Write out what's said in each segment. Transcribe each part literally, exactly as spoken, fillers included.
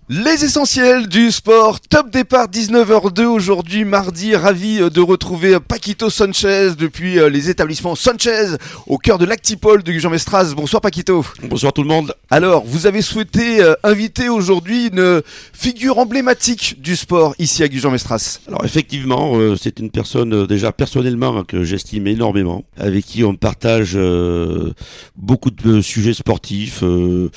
Les essentiels du sport, top départ dix-neuf heures deux aujourd'hui, mardi, ravi de retrouver Paquito Sanchez depuis les établissements Sanchez au cœur de l'Actipol de Gujan-Mestras. Bonsoir Paquito. Bonsoir tout le monde. Alors, vous avez souhaité inviter aujourd'hui une figure emblématique du sport ici à Gujan-Mestras. Alors effectivement, euh, c'est une personne euh, déjà personnellement que j'estime énormément, avec qui on partage euh, beaucoup de sujets sportifs euh,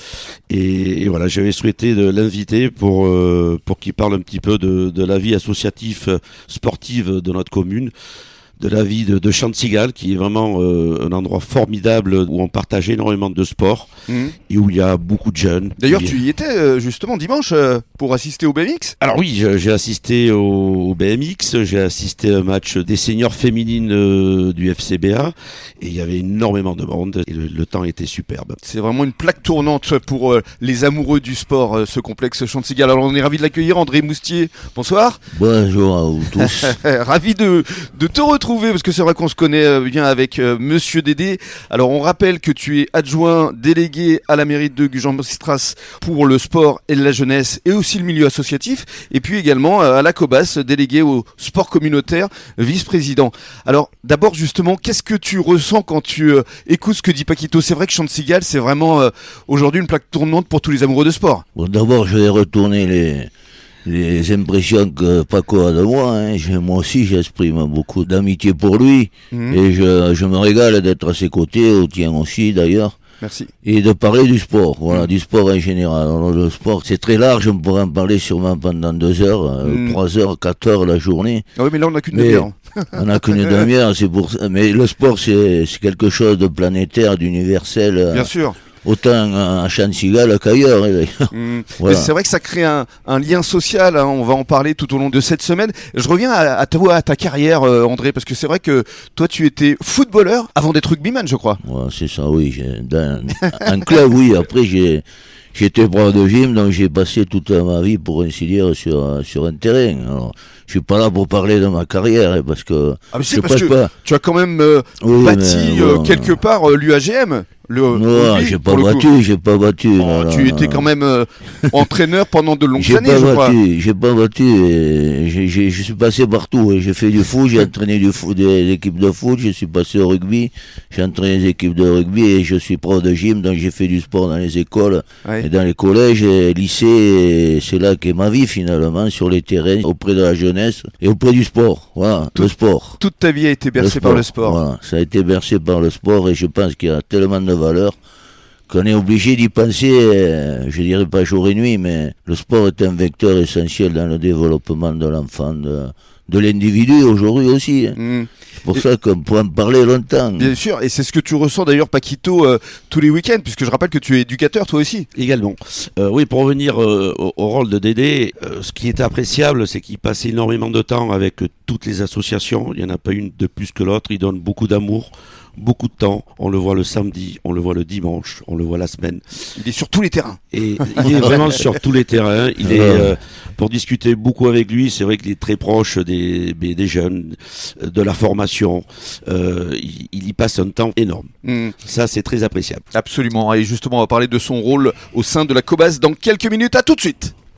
et, et voilà, j'avais souhaité de l'inviter pour euh, pour qu'il parle un petit peu de, de la vie associative sportive de notre commune, de la vie de, de Chantsigal, qui est vraiment euh, un endroit formidable où on partage énormément de sport mmh. et où il y a beaucoup de jeunes. D'ailleurs, qui... tu y étais euh, justement dimanche euh, pour assister au B M X ? Alors oui, je, j'ai assisté au, au B M X, j'ai assisté à un match des seniors féminines euh, du F C B A et il y avait énormément de monde et le, le temps était superbe. C'est vraiment une plaque tournante pour euh, les amoureux du sport, euh, ce complexe Chantsigal. Alors on est ravis de l'accueillir, André Moustier. Bonsoir. Bonjour à vous tous. Ravi de, de te retrouver. Parce que c'est vrai qu'on se connaît bien avec euh, Monsieur Dédé. Alors on rappelle que tu es adjoint délégué à la mairie de Gujan-Mestras pour le sport et la jeunesse et aussi le milieu associatif, et puis également euh, à la COBAS, délégué au sport communautaire, vice-président. Alors d'abord justement, qu'est-ce que tu ressens quand tu euh, écoutes ce que dit Paquito ? C'est vrai que Chantsigal, c'est vraiment euh, aujourd'hui une plaque tournante pour tous les amoureux de sport. Bon, d'abord je vais retourner les... les impressions que Paco a de moi, hein. Moi aussi j'exprime beaucoup d'amitié pour lui, mmh. et je, je me régale d'être à ses côtés, au tien aussi d'ailleurs. Merci. Et de parler du sport, voilà, mmh. du sport en général. Alors, le sport, c'est très large, on pourrait en parler sûrement pendant deux heures, mmh. trois heures, quatre heures la journée. Ah oui, mais là on n'a qu'une demi-heure. On n'a qu'une demi-heure, c'est pour ça. Mais le sport, c'est, c'est quelque chose de planétaire, d'universel. Bien sûr. Autant à Chantsigal qu'ailleurs. Mmh. Voilà. C'est vrai que ça crée un, un lien social, hein. On va en parler tout au long de cette semaine. Je reviens à, à, ta, à ta carrière, euh, André, parce que c'est vrai que toi, tu étais footballeur avant d'être rugbyman, je crois. Ouais, c'est ça, oui. J'ai, dans un club, oui. Après, j'ai, j'étais prof de gym, donc j'ai passé toute ma vie, pour ainsi dire, sur, sur un terrain. Alors, je suis pas là pour parler de ma carrière, parce que... Ah, mais c'est parce que pas... tu as quand même euh, oui, bâti mais, euh, bon, quelque part euh, l'U A G M. Le, non, rugby, j'ai pas battu, j'ai pas battu. Oh, non, tu non, étais non. quand même euh, entraîneur pendant de longues j'ai années, pas je battu, crois. J'ai pas battu, et j'ai, j'ai, je suis passé partout. J'ai fait du foot, j'ai entraîné du foot, des équipes de foot, je suis passé au rugby, j'ai entraîné des équipes de rugby et je suis prof de gym, donc j'ai fait du sport dans les écoles, ouais. et dans les collèges et lycées. Et c'est là qu'est ma vie finalement, sur les terrains, auprès de la jeunesse et auprès du sport. Voilà, Tout, le sport. Toute ta vie a été bercée par le sport. Voilà, ça a été bercé par le sport et je pense qu'il y a tellement de valeur qu'on est obligé d'y penser, euh, je dirais pas jour et nuit, mais le sport est un vecteur essentiel dans le développement de l'enfant, de, de l'individu aujourd'hui aussi. Hein. Mmh. C'est pour et ça qu'on peut en parler longtemps. Bien sûr, et c'est ce que tu ressens d'ailleurs, Paquito, euh, tous les week-ends, puisque je rappelle que tu es éducateur toi aussi. Également. Euh, oui, pour revenir euh, au, au rôle de Dédé, euh, ce qui est appréciable, c'est qu'il passe énormément de temps avec euh, toutes les associations. Il n'y en a pas une de plus que l'autre. Il donne beaucoup d'amour, beaucoup de temps. On le voit le samedi, on le voit le dimanche, on le voit la semaine. Il est sur tous les terrains. Et il est vraiment sur tous les terrains. Il est, euh, pour discuter beaucoup avec lui, c'est vrai qu'il est très proche des, des jeunes, de la formation. Euh, il, il y passe un temps énorme. Mmh. Ça, c'est très appréciable. Absolument. Et justement, on va parler de son rôle au sein de la COBAS dans quelques minutes. À tout de suite.